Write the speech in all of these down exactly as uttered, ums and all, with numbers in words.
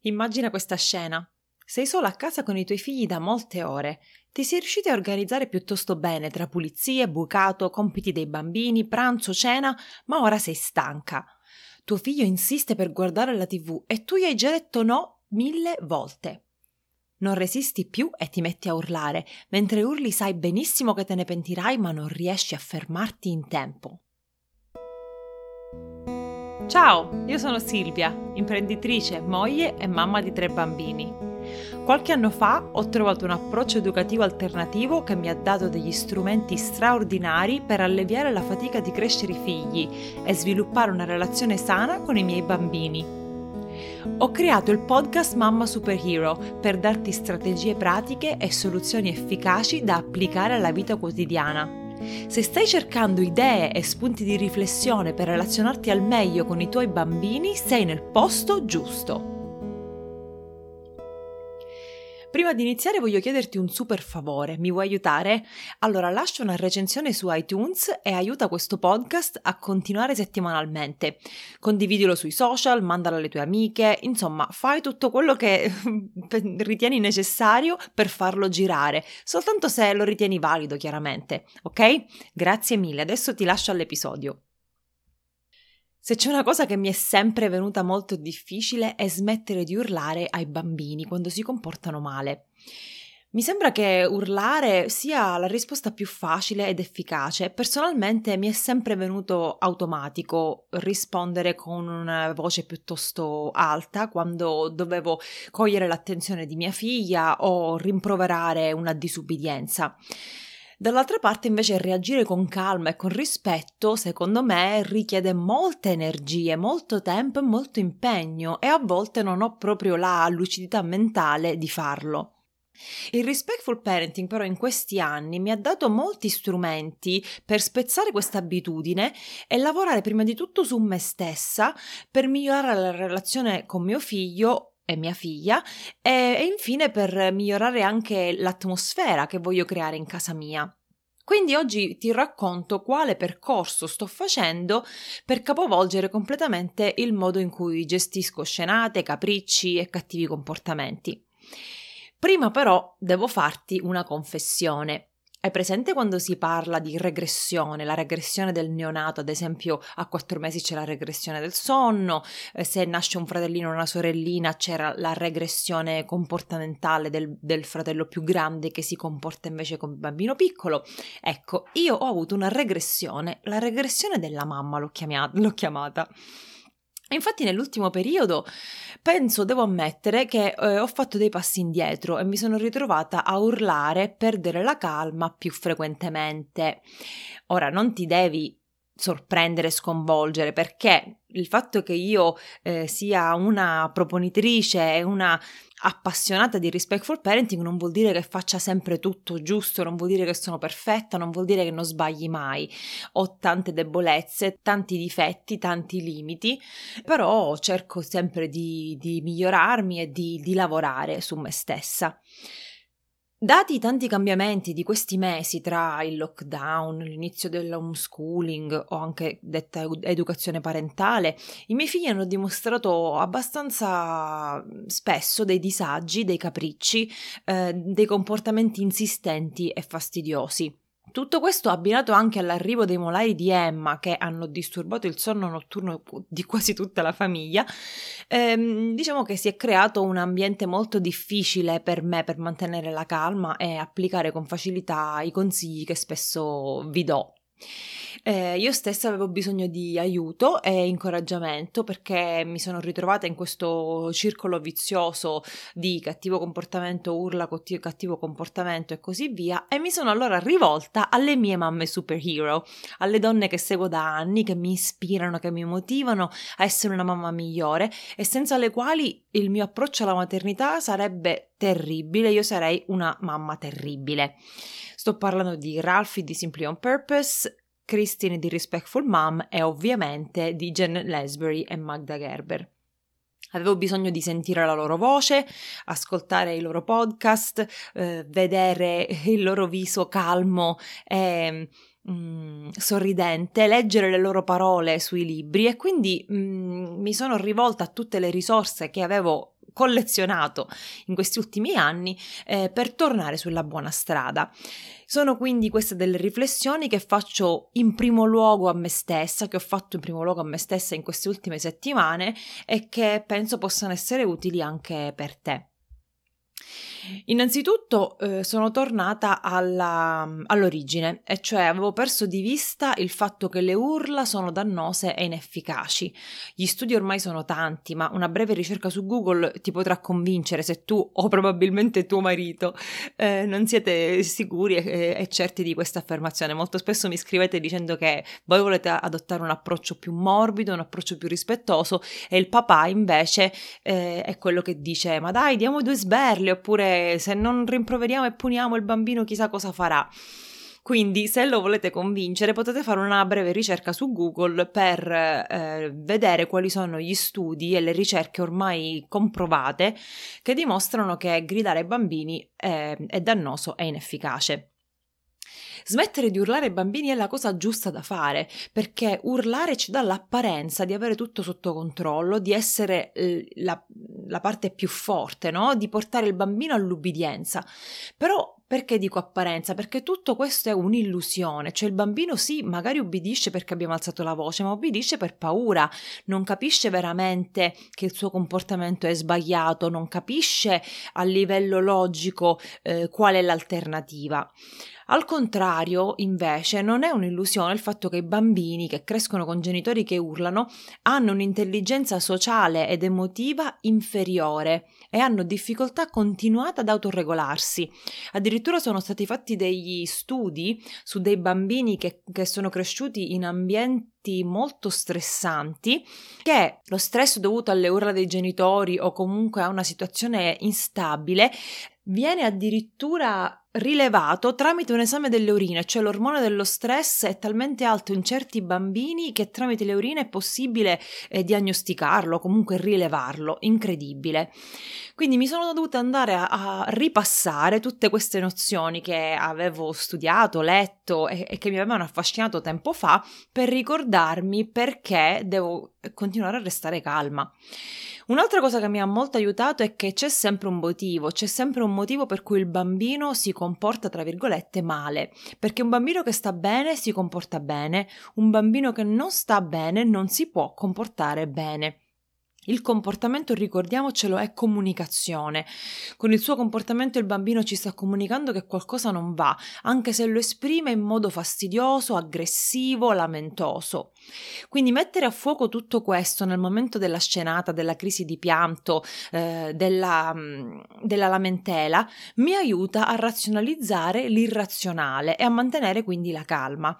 Immagina questa scena. Sei sola a casa con i tuoi figli da molte ore. Ti sei riusciti a organizzare piuttosto bene tra pulizie, bucato, compiti dei bambini, pranzo, cena, ma ora sei stanca. Tuo figlio insiste per guardare la tivù e tu gli hai già detto no mille volte. Non resisti più e ti metti a urlare. Mentre urli sai benissimo che te ne pentirai, ma non riesci a fermarti in tempo. Ciao, io sono Silvia, imprenditrice, moglie e mamma di tre bambini. Qualche anno fa ho trovato un approccio educativo alternativo che mi ha dato degli strumenti straordinari per alleviare la fatica di crescere i figli e sviluppare una relazione sana con i miei bambini. Ho creato il podcast Mamma Superhero per darti strategie pratiche e soluzioni efficaci da applicare alla vita quotidiana. Se stai cercando idee e spunti di riflessione per relazionarti al meglio con i tuoi bambini, sei nel posto giusto. Prima di iniziare voglio chiederti un super favore, mi vuoi aiutare? Allora lascia una recensione su iTunes e aiuta questo podcast a continuare settimanalmente. Condividilo sui social, mandalo alle tue amiche, insomma fai tutto quello che ritieni necessario per farlo girare, soltanto se lo ritieni valido chiaramente, ok? Grazie mille, adesso ti lascio all'episodio. Se c'è una cosa che mi è sempre venuta molto difficile è smettere di urlare ai bambini quando si comportano male. Mi sembra che urlare sia la risposta più facile ed efficace. Personalmente mi è sempre venuto automatico rispondere con una voce piuttosto alta quando dovevo cogliere l'attenzione di mia figlia o rimproverare una disubbidienza. Dall'altra parte invece reagire con calma e con rispetto, secondo me, richiede molte energie, molto tempo e molto impegno e a volte non ho proprio la lucidità mentale di farlo. Il respectful parenting però in questi anni mi ha dato molti strumenti per spezzare questa abitudine e lavorare prima di tutto su me stessa per migliorare la relazione con mio figlio e mia figlia e, e infine per migliorare anche l'atmosfera che voglio creare in casa mia. Quindi oggi ti racconto quale percorso sto facendo per capovolgere completamente il modo in cui gestisco scenate, capricci e cattivi comportamenti. Prima però devo farti una confessione. Hai presente quando si parla di regressione, la regressione del neonato, ad esempio a quattro mesi c'è la regressione del sonno, eh, se nasce un fratellino o una sorellina c'era la regressione comportamentale del, del fratello più grande che si comporta invece come bambino piccolo. Ecco, io ho avuto una regressione, la regressione della mamma l'ho chiamata. L'ho chiamata. Infatti nell'ultimo periodo penso, devo ammettere che eh, ho fatto dei passi indietro e mi sono ritrovata a urlare e perdere la calma più frequentemente. Ora non ti devi sorprendere e sconvolgere perché il fatto che io eh, sia una proponitrice e una appassionata di respectful parenting non vuol dire che faccia sempre tutto giusto, non vuol dire che sono perfetta, non vuol dire che non sbagli mai. Ho tante debolezze, tanti difetti, tanti limiti, però cerco sempre di, di migliorarmi e di, di lavorare su me stessa. Dati i tanti cambiamenti di questi mesi tra il lockdown, l'inizio dell'homeschooling o anche detta educazione parentale, i miei figli hanno dimostrato abbastanza spesso dei disagi, dei capricci, eh, dei comportamenti insistenti e fastidiosi. Tutto questo abbinato anche all'arrivo dei molari di Emma che hanno disturbato il sonno notturno di quasi tutta la famiglia, ehm, diciamo che si è creato un ambiente molto difficile per me per mantenere la calma e applicare con facilità i consigli che spesso vi do. Eh, io stessa avevo bisogno di aiuto e incoraggiamento perché mi sono ritrovata in questo circolo vizioso di cattivo comportamento, urla, cattivo comportamento e così via, e mi sono allora rivolta alle mie mamme superhero, alle donne che seguo da anni, che mi ispirano, che mi motivano a essere una mamma migliore e senza le quali il mio approccio alla maternità sarebbe terribile, io sarei una mamma terribile. Sto parlando di Ralphie di Simply on Purpose, Christine di Respectful Mom e ovviamente di Jen Lansbury e Magda Gerber. Avevo bisogno di sentire la loro voce, ascoltare i loro podcast, eh, vedere il loro viso calmo e mm, sorridente, leggere le loro parole sui libri e quindi mm, mi sono rivolta a tutte le risorse che avevo collezionato in questi ultimi anni eh, per tornare sulla buona strada. Sono quindi queste delle riflessioni che faccio in primo luogo a me stessa, che ho fatto in primo luogo a me stessa in queste ultime settimane e che penso possano essere utili anche per te. Innanzitutto eh, sono tornata alla, all'origine, e cioè avevo perso di vista il fatto che le urla sono dannose e inefficaci. Gli studi ormai sono tanti, ma una breve ricerca su Google ti potrà convincere se tu o probabilmente tuo marito eh, non siete sicuri e, e certi di questa affermazione. Molto spesso mi scrivete dicendo che voi volete adottare un approccio più morbido, un approccio più rispettoso, e il papà invece eh, è quello che dice ma dai, diamo due sberle, oppure se non rimproveriamo e puniamo il bambino chissà cosa farà. Quindi se lo volete convincere potete fare una breve ricerca su Google per eh, vedere quali sono gli studi e le ricerche ormai comprovate che dimostrano che gridare ai bambini è, è dannoso e inefficace. Smettere di urlare ai bambini è la cosa giusta da fare, perché urlare ci dà l'apparenza di avere tutto sotto controllo, di essere eh, la, la parte più forte, no? Di portare il bambino all'ubbidienza. Però perché dico apparenza? Perché tutto questo è un'illusione, cioè il bambino sì, magari ubbidisce perché abbiamo alzato la voce, ma ubbidisce per paura, non capisce veramente che il suo comportamento è sbagliato, non capisce a livello logico eh, qual è l'alternativa. Al contrario, invece, non è un'illusione il fatto che i bambini che crescono con genitori che urlano hanno un'intelligenza sociale ed emotiva inferiore e hanno difficoltà continuata ad autoregolarsi. Addirittura sono stati fatti degli studi su dei bambini che, che sono cresciuti in ambienti molto stressanti, che lo stress dovuto alle urla dei genitori o comunque a una situazione instabile viene addirittura rilevato tramite un esame delle urine, cioè l'ormone dello stress è talmente alto in certi bambini che tramite le urine è possibile eh, diagnosticarlo, comunque rilevarlo, incredibile. Quindi mi sono dovuta andare a, a ripassare tutte queste nozioni che avevo studiato, letto e, e che mi avevano affascinato tempo fa per ricordarmi perché devo continuare a restare calma. Un'altra cosa che mi ha molto aiutato è che c'è sempre un motivo, c'è sempre un motivo per cui il bambino si comporta tra virgolette male, perché un bambino che sta bene si comporta bene, un bambino che non sta bene non si può comportare bene. Il comportamento, ricordiamocelo, è comunicazione. Con il suo comportamento il bambino ci sta comunicando che qualcosa non va, anche se lo esprime in modo fastidioso, aggressivo, lamentoso. Quindi mettere a fuoco tutto questo nel momento della scenata, della crisi di pianto, eh, della, della lamentela, mi aiuta a razionalizzare l'irrazionale e a mantenere quindi la calma.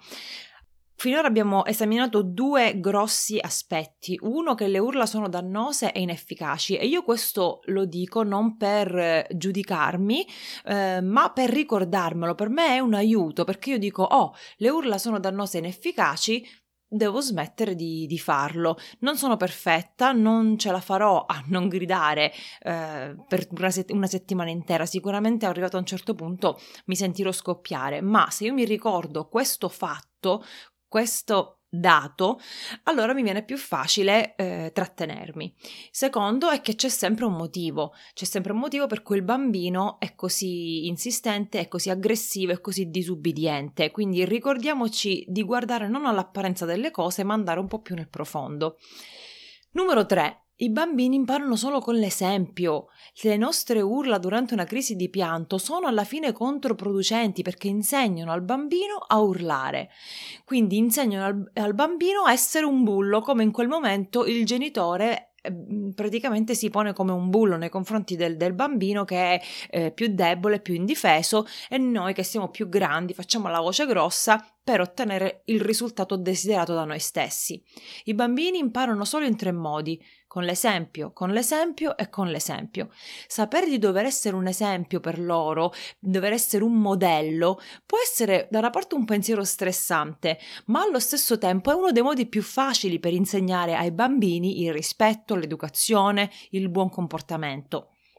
Finora abbiamo esaminato due grossi aspetti. Uno, che le urla sono dannose e inefficaci, e io questo lo dico non per giudicarmi, eh, ma per ricordarmelo. Per me è un aiuto, perché io dico, oh, le urla sono dannose e inefficaci, devo smettere di, di farlo. Non sono perfetta, non ce la farò a non gridare eh, per una, set- una settimana intera. Sicuramente arrivato a un certo punto mi sentirò scoppiare, ma se io mi ricordo questo fatto, questo dato, allora mi viene più facile eh, trattenermi. Secondo è che c'è sempre un motivo, c'è sempre un motivo per cui il bambino è così insistente, è così aggressivo, è così disubbidiente, quindi ricordiamoci di guardare non all'apparenza delle cose, ma andare un po' più nel profondo. Numero tre. I bambini imparano solo con l'esempio. Le nostre urla durante una crisi di pianto sono alla fine controproducenti perché insegnano al bambino a urlare. Quindi insegnano al, al bambino a essere un bullo, come in quel momento il genitore eh, praticamente si pone come un bullo nei confronti del, del bambino che è eh, più debole, più indifeso, e noi che siamo più grandi facciamo la voce grossa per ottenere il risultato desiderato da noi stessi. I bambini imparano solo in tre modi: con l'esempio, con l'esempio e con l'esempio. Sapere di dover essere un esempio per loro, dover essere un modello, può essere da una parte un pensiero stressante, ma allo stesso tempo è uno dei modi più facili per insegnare ai bambini il rispetto, l'educazione, il buon comportamento.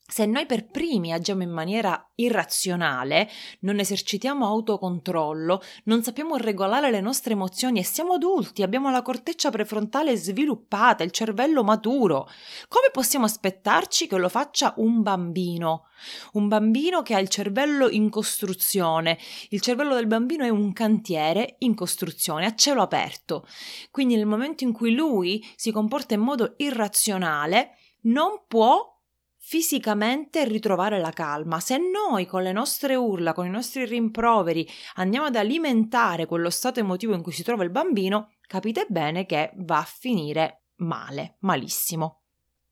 Se noi per primi agiamo in maniera irrazionale, non esercitiamo autocontrollo, non sappiamo regolare le nostre emozioni e siamo adulti, abbiamo la corteccia prefrontale sviluppata, il cervello maturo, come possiamo aspettarci che lo faccia un bambino? Un bambino che ha il cervello in costruzione. Il cervello del bambino è un cantiere in costruzione, a cielo aperto. Quindi nel momento in cui lui si comporta in modo irrazionale, non può fisicamente ritrovare la calma. Se noi con le nostre urla, con i nostri rimproveri andiamo ad alimentare quello stato emotivo in cui si trova il bambino, capite bene che va a finire male, malissimo.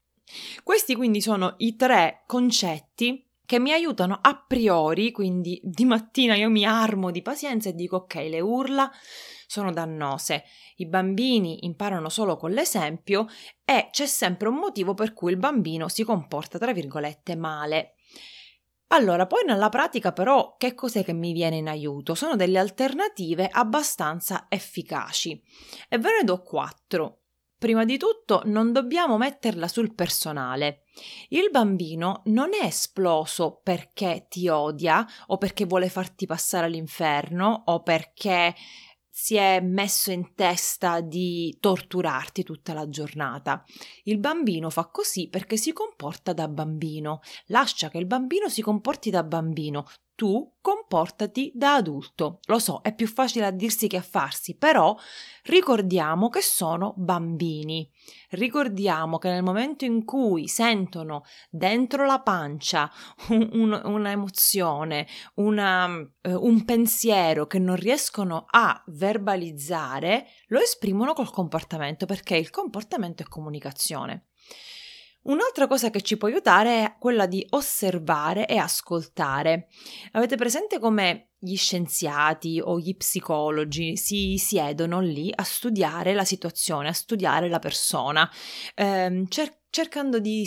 Questi quindi sono i tre concetti che mi aiutano a priori, quindi di mattina io mi armo di pazienza e dico ok, le urla sono dannose, i bambini imparano solo con l'esempio e c'è sempre un motivo per cui il bambino si comporta tra virgolette male. Allora, poi nella pratica però che cos'è che mi viene in aiuto? Sono delle alternative abbastanza efficaci e ve ne do quattro. Prima di tutto non dobbiamo metterla sul personale. Il bambino non è esploso perché ti odia o perché vuole farti passare all'inferno o perché si è messo in testa di torturarti tutta la giornata. Il bambino fa così perché si comporta da bambino. Lascia che il bambino si comporti da bambino. Tu comportati da adulto. Lo so, è più facile a dirsi che a farsi, però ricordiamo che sono bambini. Ricordiamo che nel momento in cui sentono dentro la pancia un, un, una emozione, una, uh, un pensiero che non riescono a verbalizzare, lo esprimono col comportamento, perché il comportamento è comunicazione. Un'altra cosa che ci può aiutare è quella di osservare e ascoltare. Avete presente come gli scienziati o gli psicologi si siedono lì a studiare la situazione, a studiare la persona, ehm, cer- cercando di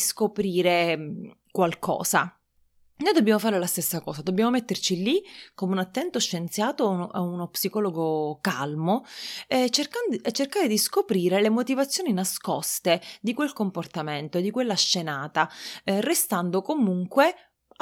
scoprire qualcosa? Noi dobbiamo fare la stessa cosa, dobbiamo metterci lì come un attento scienziato o uno, uno psicologo calmo e cercando, e cercare di scoprire le motivazioni nascoste di quel comportamento, di quella scenata, eh, restando comunque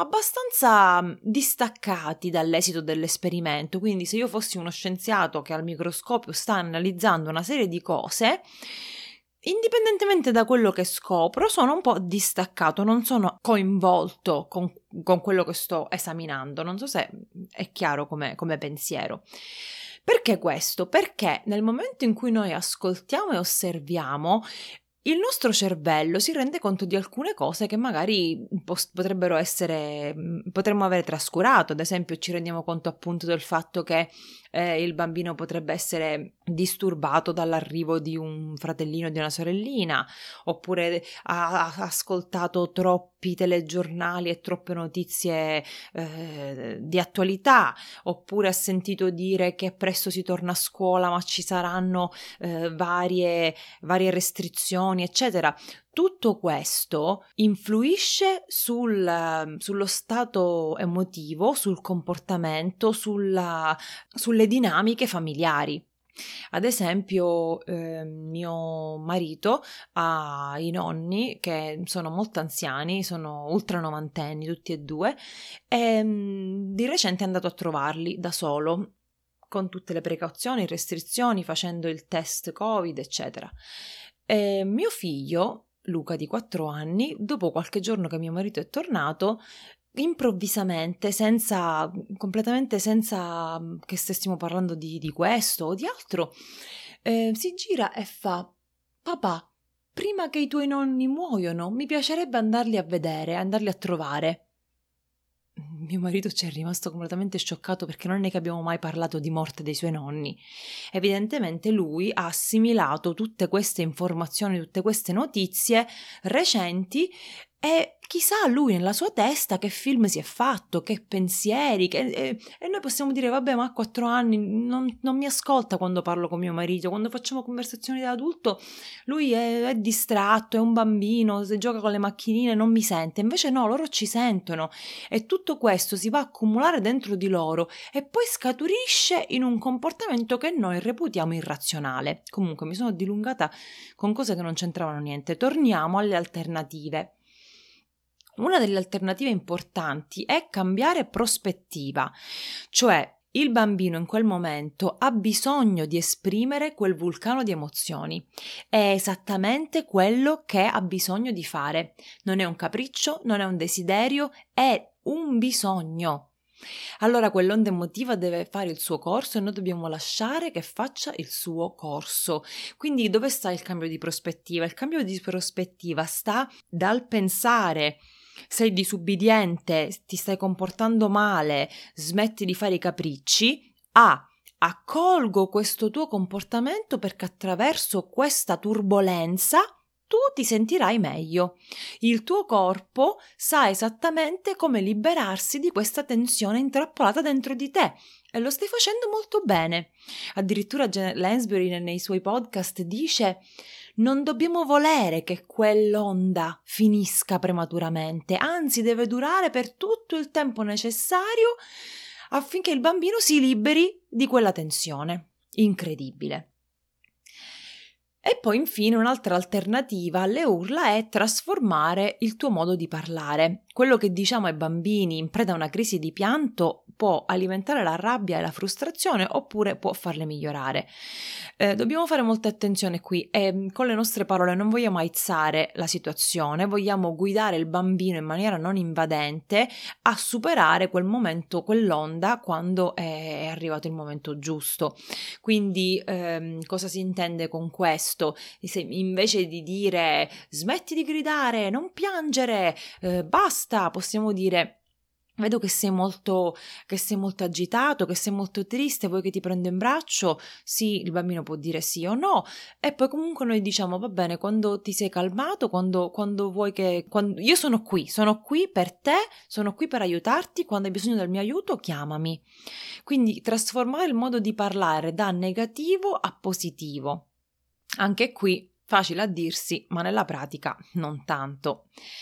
abbastanza distaccati dall'esito dell'esperimento. Quindi se io fossi uno scienziato che al microscopio sta analizzando una serie di cose, indipendentemente da quello che scopro, sono un po' distaccato, non sono coinvolto con, con quello che sto esaminando. Non so se è chiaro come, come pensiero. Perché questo? Perché nel momento in cui noi ascoltiamo e osserviamo, il nostro cervello si rende conto di alcune cose che magari potrebbero essere, potremmo avere trascurato. Ad esempio, ci rendiamo conto appunto del fatto che eh, il bambino potrebbe essere disturbato dall'arrivo di un fratellino o di una sorellina, oppure ha, ha ascoltato troppi telegiornali e troppe notizie eh, di attualità, oppure ha sentito dire che presto si torna a scuola ma ci saranno eh, varie, varie restrizioni, eccetera. Tutto questo influisce sul, sullo stato emotivo, sul comportamento, sulla, sulle dinamiche familiari. Ad esempio, eh, mio marito ha i nonni che sono molto anziani, sono ultra novantenni tutti e due, e mh, di recente è andato a trovarli da solo, con tutte le precauzioni, restrizioni, facendo il test Covid, eccetera. E mio figlio, Luca di quattro anni, dopo qualche giorno che mio marito è tornato, improvvisamente, senza, completamente senza che stessimo parlando di, di questo o di altro, eh, si gira e fa: papà, prima che i tuoi nonni muoiono, mi piacerebbe andarli a vedere, andarli a trovare. Mio marito ci è rimasto completamente scioccato, perché non è che abbiamo mai parlato di morte dei suoi nonni. Evidentemente lui ha assimilato tutte queste informazioni, tutte queste notizie recenti, e chissà lui nella sua testa che film si è fatto, che pensieri, che, e, e noi possiamo dire vabbè, ma a quattro anni non, non mi ascolta quando parlo con mio marito, quando facciamo conversazioni da adulto lui è, è distratto, è un bambino, se gioca con le macchinine non mi sente. Invece no, loro ci sentono, e tutto questo si va a accumulare dentro di loro e poi scaturisce in un comportamento che noi reputiamo irrazionale. Comunque mi sono dilungata con cose che non c'entravano niente. Torniamo alle alternative. Una delle alternative importanti è cambiare prospettiva, cioè il bambino in quel momento ha bisogno di esprimere quel vulcano di emozioni. È esattamente quello che ha bisogno di fare. Non è un capriccio, non è un desiderio, è un bisogno. Allora quell'onda emotiva deve fare il suo corso e noi dobbiamo lasciare che faccia il suo corso. Quindi dove sta il cambio di prospettiva? Il cambio di prospettiva sta dal pensare: sei disubbidiente, ti stai comportando male, smetti di fare i capricci, a accolgo questo tuo comportamento perché attraverso questa turbolenza tu ti sentirai meglio. Il tuo corpo sa esattamente come liberarsi di questa tensione intrappolata dentro di te e lo stai facendo molto bene. Addirittura Janet Lansbury nei suoi podcast dice: non dobbiamo volere che quell'onda finisca prematuramente, anzi deve durare per tutto il tempo necessario affinché il bambino si liberi di quella tensione. Incredibile. E poi infine un'altra alternativa alle urla è trasformare il tuo modo di parlare. Quello che diciamo ai bambini in preda a una crisi di pianto può alimentare la rabbia e la frustrazione oppure può farle migliorare. Eh, dobbiamo fare molta attenzione qui e con le nostre parole non vogliamo aizzare la situazione, vogliamo guidare il bambino in maniera non invadente a superare quel momento, quell'onda quando è arrivato il momento giusto. Quindi ehm, cosa si intende con questo? Se invece di dire smetti di gridare, non piangere, eh, basta, possiamo dire: vedo che sei molto che sei molto agitato, che sei molto triste, vuoi che ti prendo in braccio? Sì, il bambino può dire sì o no, e poi comunque noi diciamo: va bene, quando ti sei calmato, quando, quando vuoi che quando, io sono qui, sono qui per te, sono qui per aiutarti, quando hai bisogno del mio aiuto chiamami. Quindi trasformare il modo di parlare da negativo a positivo. Anche qui facile a dirsi, ma nella pratica non tanto.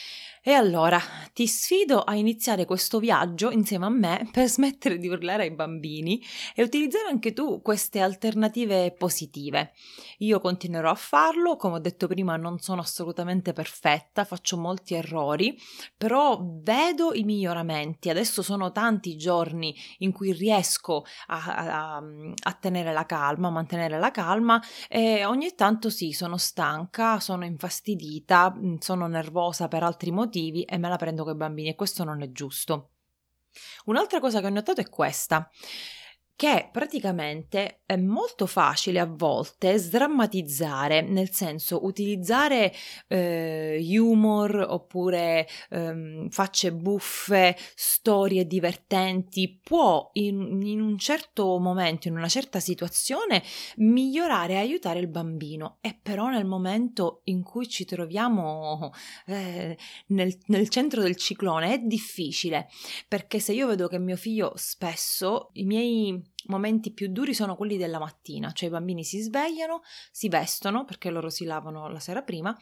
E allora ti sfido a iniziare questo viaggio insieme a me per smettere di urlare ai bambini e utilizzare anche tu queste alternative positive. Io continuerò a farlo, come ho detto prima non sono assolutamente perfetta, faccio molti errori, però vedo i miglioramenti. Adesso sono tanti giorni in cui riesco a, a, a tenere la calma, a mantenere la calma, e ogni tanto sì, sono stanca, sono infastidita, sono nervosa per altri motivi e me la prendo coi bambini e questo non è giusto. Un'altra cosa che ho notato è questa, che praticamente è molto facile a volte sdrammatizzare, nel senso utilizzare eh, humor oppure ehm, facce buffe, storie divertenti, può in, in un certo momento, in una certa situazione, migliorare e aiutare il bambino. E però nel momento in cui ci troviamo eh, nel, nel centro del ciclone è difficile, perché se io vedo che mio figlio spesso, i miei momenti più duri sono quelli della mattina, cioè i bambini si svegliano, si vestono perché loro si lavano la sera prima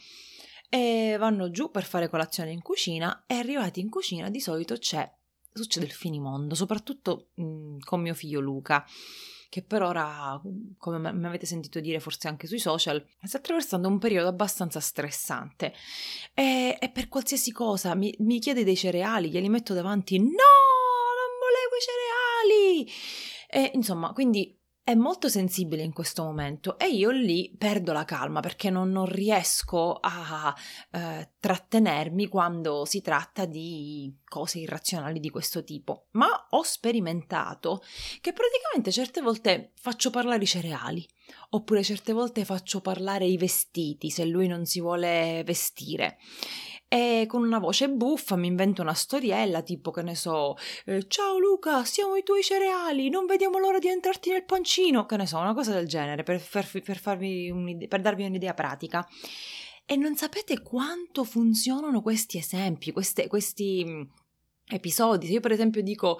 e vanno giù per fare colazione in cucina, e arrivati in cucina di solito c'è succede il finimondo, soprattutto mh, con mio figlio Luca, che per ora, come mi avete sentito dire forse anche sui social, sta attraversando un periodo abbastanza stressante e, e per qualsiasi cosa mi, mi chiede dei cereali, glieli metto davanti, no, non volevo i cereali. E, insomma, quindi è molto sensibile in questo momento e io lì perdo la calma perché non, non riesco a eh, trattenermi quando si tratta di cose irrazionali di questo tipo. Ma ho sperimentato che praticamente certe volte faccio parlare i cereali, oppure certe volte faccio parlare i vestiti se lui non si vuole vestire. E con una voce buffa mi invento una storiella tipo, che ne so, eh, ciao Luca, siamo i tuoi cereali, non vediamo l'ora di entrarti nel pancino, che ne so, una cosa del genere, per, per, per, farvi un'idea, per darvi un'idea pratica. E non sapete quanto funzionano questi esempi, queste, questi episodi. Se io per esempio dico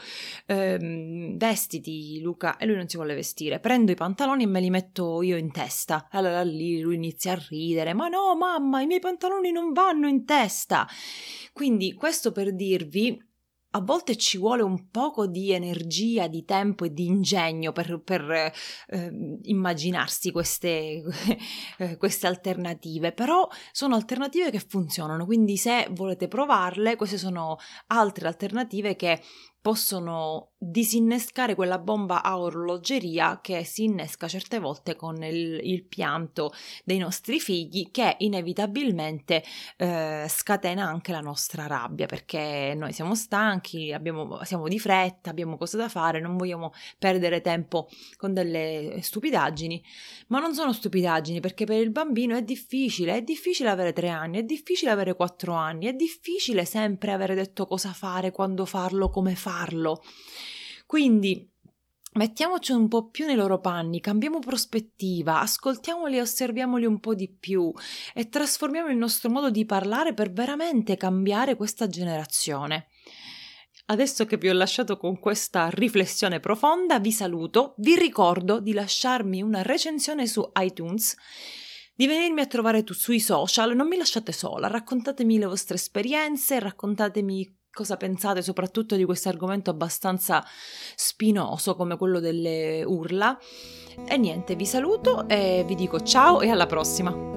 ehm, vestiti Luca e lui non si vuole vestire, prendo i pantaloni e me li metto io in testa, allora lì lui inizia a ridere, ma no mamma, i miei pantaloni non vanno in testa. Quindi questo per dirvi a volte ci vuole un poco di energia, di tempo e di ingegno per, per eh, immaginarsi queste, eh, queste alternative, però sono alternative che funzionano, quindi se volete provarle, queste sono altre alternative che possono disinnescare quella bomba a orologeria che si innesca certe volte con il, il pianto dei nostri figli, che inevitabilmente eh, scatena anche la nostra rabbia, perché noi siamo stanchi, abbiamo, siamo di fretta, abbiamo cose da fare, non vogliamo perdere tempo con delle stupidaggini, ma non sono stupidaggini, perché per il bambino è difficile, è difficile avere tre anni, è difficile avere quattro anni, è difficile sempre avere detto cosa fare, quando farlo, come farlo. Farlo. Quindi mettiamoci un po' più nei loro panni, cambiamo prospettiva, ascoltiamoli e osserviamoli un po' di più e trasformiamo il nostro modo di parlare per veramente cambiare questa generazione. Adesso che vi ho lasciato con questa riflessione profonda, vi saluto, vi ricordo di lasciarmi una recensione su iTunes, di venirmi a trovare tu sui social, non mi lasciate sola, raccontatemi le vostre esperienze, raccontatemi cosa pensate soprattutto di questo argomento abbastanza spinoso come quello delle urla. E niente, vi saluto e vi dico ciao e alla prossima!